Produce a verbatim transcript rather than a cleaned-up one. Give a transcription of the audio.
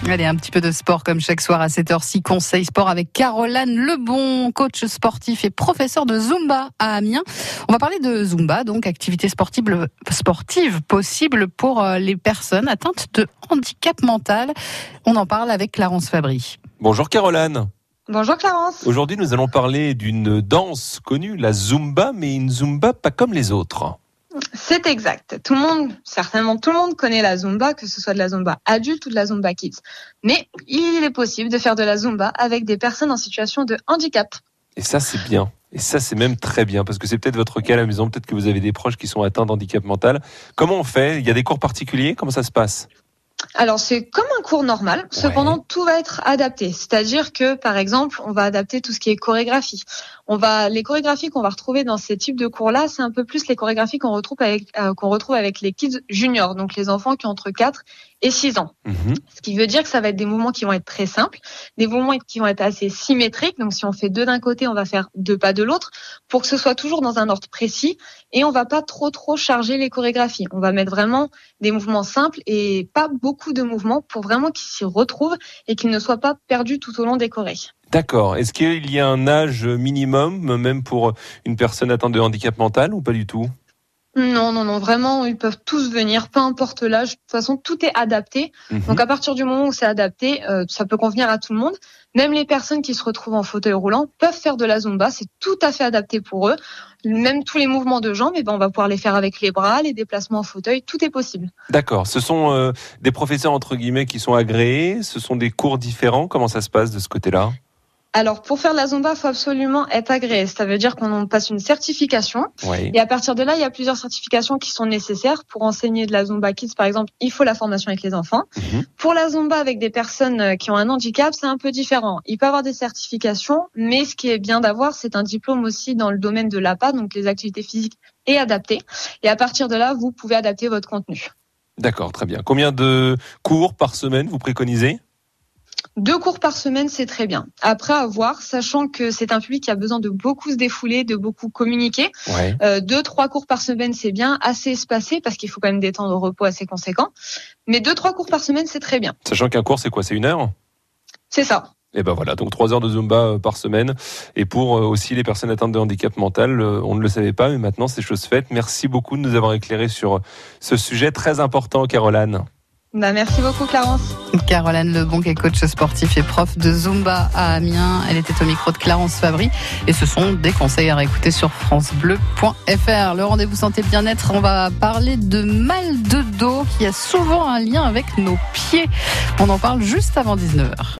Allez, un petit peu de sport comme chaque soir à cette heure-ci. Conseil sport avec Caroline Lebon, coach sportif et professeur de Zumba à Amiens. On va parler de Zumba, donc activité sportive, sportive possible pour les personnes atteintes de handicap mental. On en parle avec Clarence Fabry. Bonjour Caroline. Bonjour Clarence. Aujourd'hui, nous allons parler d'une danse connue, la Zumba, mais une Zumba pas comme les autres. C'est exact. Tout le monde, certainement tout le monde connaît la Zumba, que ce soit de la Zumba adulte ou de la Zumba kids. Mais il est possible de faire de la Zumba avec des personnes en situation de handicap. Et ça, c'est bien. Et ça, c'est même très bien, parce que c'est peut-être votre cas à la maison, peut-être que vous avez des proches qui sont atteints d'handicap mental. Comment on fait ? Il y a des cours particuliers ? Comment ça se passe ? Alors, c'est comme un cours normal, cependant, ouais. Tout va être adapté. C'est-à-dire que, par exemple, on va adapter tout ce qui est chorégraphie. On va, les chorégraphies qu'on va retrouver dans ces types de cours-là, c'est un peu plus les chorégraphies qu'on retrouve avec, euh, qu'on retrouve avec les kids juniors, donc les enfants qui ont entre quatre et six ans. Mmh. Ce qui veut dire que ça va être des mouvements qui vont être très simples, des mouvements qui vont être assez symétriques. Donc, si on fait deux d'un côté, on va faire deux pas de l'autre pour que ce soit toujours dans un ordre précis et on va pas trop, trop charger les chorégraphies. On va mettre vraiment des mouvements simples et pas beaucoup de mouvements pour vraiment qu'ils s'y retrouvent et qu'ils ne soient pas perdus tout au long des chorés. D'accord. Est-ce qu'il y a un âge minimum, même pour une personne atteinte de handicap mental ou pas du tout ? Non, non, non, vraiment, ils peuvent tous venir, peu importe l'âge. De toute façon, tout est adapté. Mmh. Donc, à partir du moment où c'est adapté, euh, ça peut convenir à tout le monde. Même les personnes qui se retrouvent en fauteuil roulant peuvent faire de la Zumba. C'est tout à fait adapté pour eux. Même tous les mouvements de jambes, eh ben, on va pouvoir les faire avec les bras, les déplacements en fauteuil, tout est possible. D'accord. Ce sont euh, des professeurs, entre guillemets, qui sont agréés. Ce sont des cours différents. Comment ça se passe de ce côté-là ? Alors, pour faire la Zumba, il faut absolument être agréé. Ça veut dire qu'on passe une certification. Oui. Et à partir de là, il y a plusieurs certifications qui sont nécessaires. Pour enseigner de la Zumba Kids, par exemple, il faut la formation avec les enfants. Mmh. Pour la Zumba avec des personnes qui ont un handicap, c'est un peu différent. Il peut y avoir des certifications, mais ce qui est bien d'avoir, c'est un diplôme aussi dans le domaine de l'A P A, donc les activités physiques et adaptées. Et à partir de là, vous pouvez adapter votre contenu. D'accord, très bien. Combien de cours par semaine vous préconisez ? Deux cours par semaine, c'est très bien. Après, à voir, sachant que c'est un public qui a besoin de beaucoup se défouler, de beaucoup communiquer. Ouais. Euh, deux, trois cours par semaine, c'est bien, assez espacé, parce qu'il faut quand même des temps de repos assez conséquents. Mais deux, trois cours par semaine, c'est très bien. Sachant qu'un cours, c'est quoi ? C'est une heure ? C'est ça. Et ben voilà, donc trois heures de Zumba par semaine. Et pour aussi les personnes atteintes de handicap mental, on ne le savait pas, mais maintenant, c'est chose faite. Merci beaucoup de nous avoir éclairé sur ce sujet très important, Caroline. Bah, merci beaucoup Clarence. Caroline Lebon, qui est coach sportif et prof de Zumba à Amiens. Elle était au micro de Clarence Fabry. Et ce sont des conseils à réécouter sur francebleu point f r. Le rendez-vous santé bien-être, on va parler de mal de dos qui a souvent un lien avec nos pieds. On en parle juste avant dix-neuf heures.